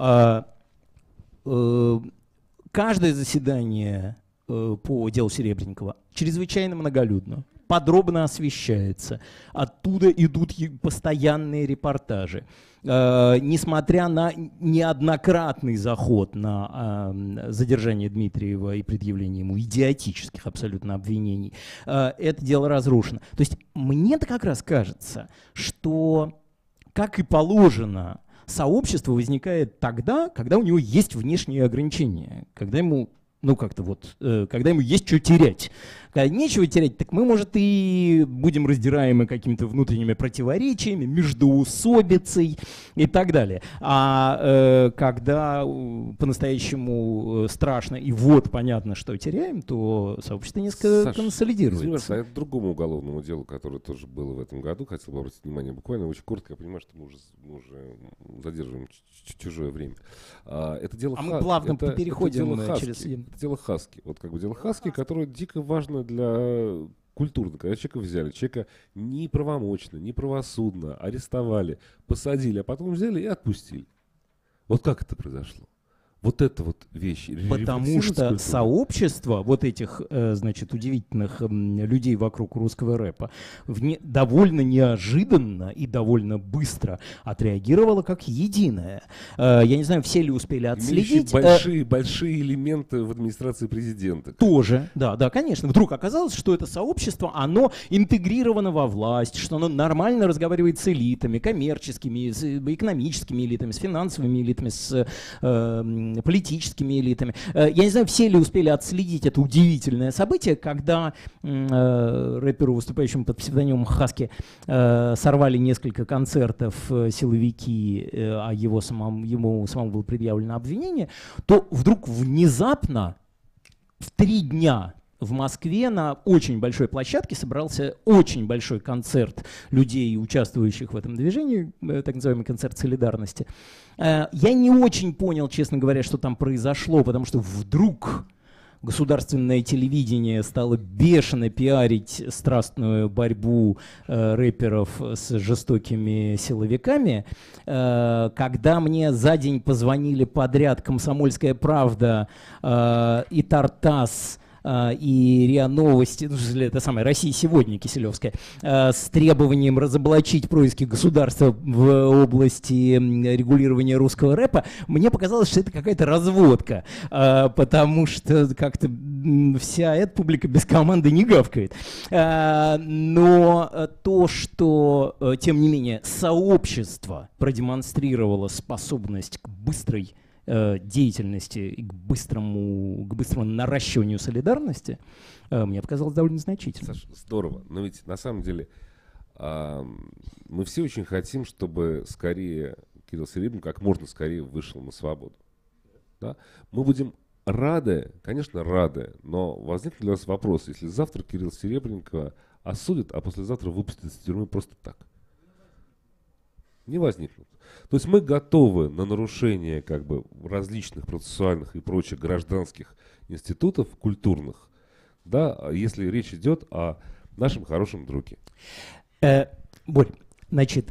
каждое заседание по делу Серебренникова чрезвычайно многолюдно, подробно освещается. Оттуда идут постоянные репортажи. Несмотря на неоднократный заход на задержание Дмитриева и предъявление ему идиотических абсолютно обвинений, это дело разрушено. То есть мне-то как раз кажется, что, как и положено, сообщество возникает тогда, когда у него есть внешние ограничения, когда ему когда ему есть что терять. Когда нечего терять, так мы, может, и будем раздираемы какими-то внутренними противоречиями, междоусобицей и так далее. А когда по-настоящему страшно и вот понятно, что теряем, то сообщество несколько консолидируется. Саша, а это другому уголовному делу, которое тоже было в этом году, хотел бы обратить внимание буквально очень коротко. Я понимаю, что мы уже задерживаем чужое время. Это дело мы плавно переходим через... Это дело Хаски. Вот как бы дело Хаски, которое дико важно для культурно. Когда человека взяли, человека неправомочно, неправосудно арестовали, посадили, а потом взяли и отпустили. Вот как это произошло? Вот это вот вещь. Потому что сообщество вот этих, значит, удивительных людей вокруг русского рэпа довольно неожиданно и довольно быстро отреагировало как единое. Я не знаю, все ли успели отследить. Большие элементы в администрации президента. Тоже, да, конечно. Вдруг оказалось, что это сообщество, оно интегрировано во власть, что оно нормально разговаривает с элитами, коммерческими, с экономическими элитами, с финансовыми элитами, с политическими элитами. Я не знаю, все ли успели отследить это удивительное событие, когда рэперу, выступающему под псевдонимом Хаски, сорвали несколько концертов силовики, а ему самому было предъявлено обвинение, то вдруг внезапно в 3 дня в Москве на очень большой площадке собрался очень большой концерт людей, участвующих в этом движении, так называемый концерт солидарности. Я не очень понял, честно говоря, что там произошло, потому что вдруг государственное телевидение стало бешено пиарить страстную борьбу рэперов с жестокими силовиками. Когда мне за день позвонили подряд «Комсомольская правда» и «Тартас», и РИА Новости, это самое «Россия сегодня» Киселевская, с требованием разоблачить происки государства в области регулирования русского рэпа, мне показалось, что это какая-то разводка, потому что как-то вся эта публика без команды не гавкает. Но то, что, тем не менее, сообщество продемонстрировало способность к быстрой деятельности и к быстрому наращиванию солидарности, мне показалось довольно значительно. Саш, здорово. Но ведь на самом деле мы все очень хотим, чтобы скорее Кирилл Серебренников как можно скорее вышел на свободу. Да? Мы будем рады, конечно, рады, но возникнет для вас вопрос, если завтра Кирилла Серебренникова осудят, а послезавтра выпустят из тюрьмы просто так. Не возникнут. То есть мы готовы на нарушение как бы различных процессуальных и прочих гражданских институтов культурных, да, если речь идет о нашем хорошем друге. Борь, значит,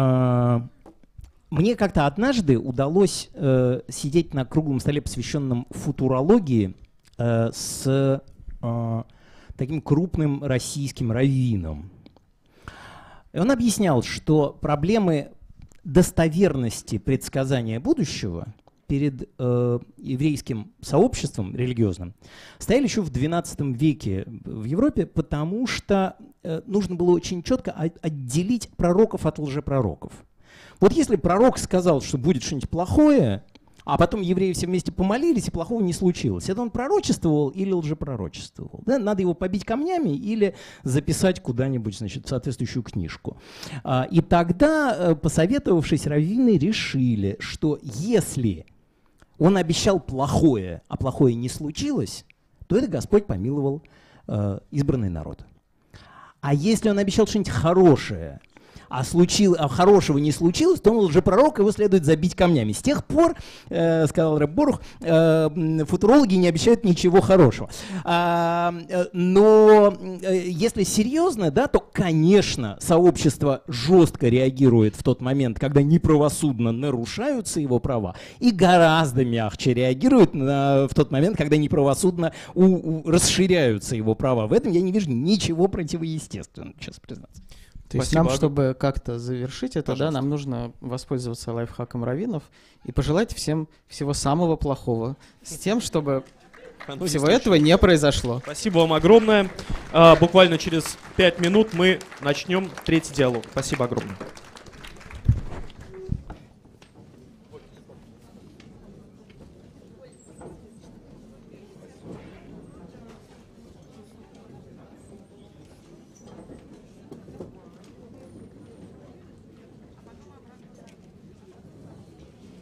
мне как-то однажды удалось сидеть на круглом столе, посвященном футурологии, с таким крупным российским раввином. И он объяснял, что проблемы достоверности предсказания будущего перед еврейским сообществом религиозным стояли еще в XII веке в Европе, потому что нужно было очень четко отделить пророков от лжепророков. Вот если пророк сказал, что будет что-нибудь плохое, а потом евреи все вместе помолились, и плохого не случилось, это он пророчествовал или лжепророчествовал? Да? Надо его побить камнями или записать куда-нибудь, значит, соответствующую книжку. И тогда, посоветовавшись, раввины решили, что если он обещал плохое, а плохое не случилось, то это Господь помиловал избранный народ. А если он обещал что-нибудь хорошее, а хорошего не случилось, то он лжепророк, его следует забить камнями. С тех пор, сказал рэп Борух, футурологи не обещают ничего хорошего. Но если серьезно, да, то, конечно, сообщество жестко реагирует в тот момент, когда неправосудно нарушаются его права, и гораздо мягче реагирует в тот момент, когда неправосудно расширяются его права. В этом я не вижу ничего противоестественного, честно признаться. То есть нам, чтобы как-то завершить это, да, нам нужно воспользоваться лайфхаком раввинов и пожелать всем всего самого плохого, с тем, чтобы всего этого не произошло. Спасибо вам огромное. Буквально через 5 минут мы начнем третий диалог. Спасибо огромное.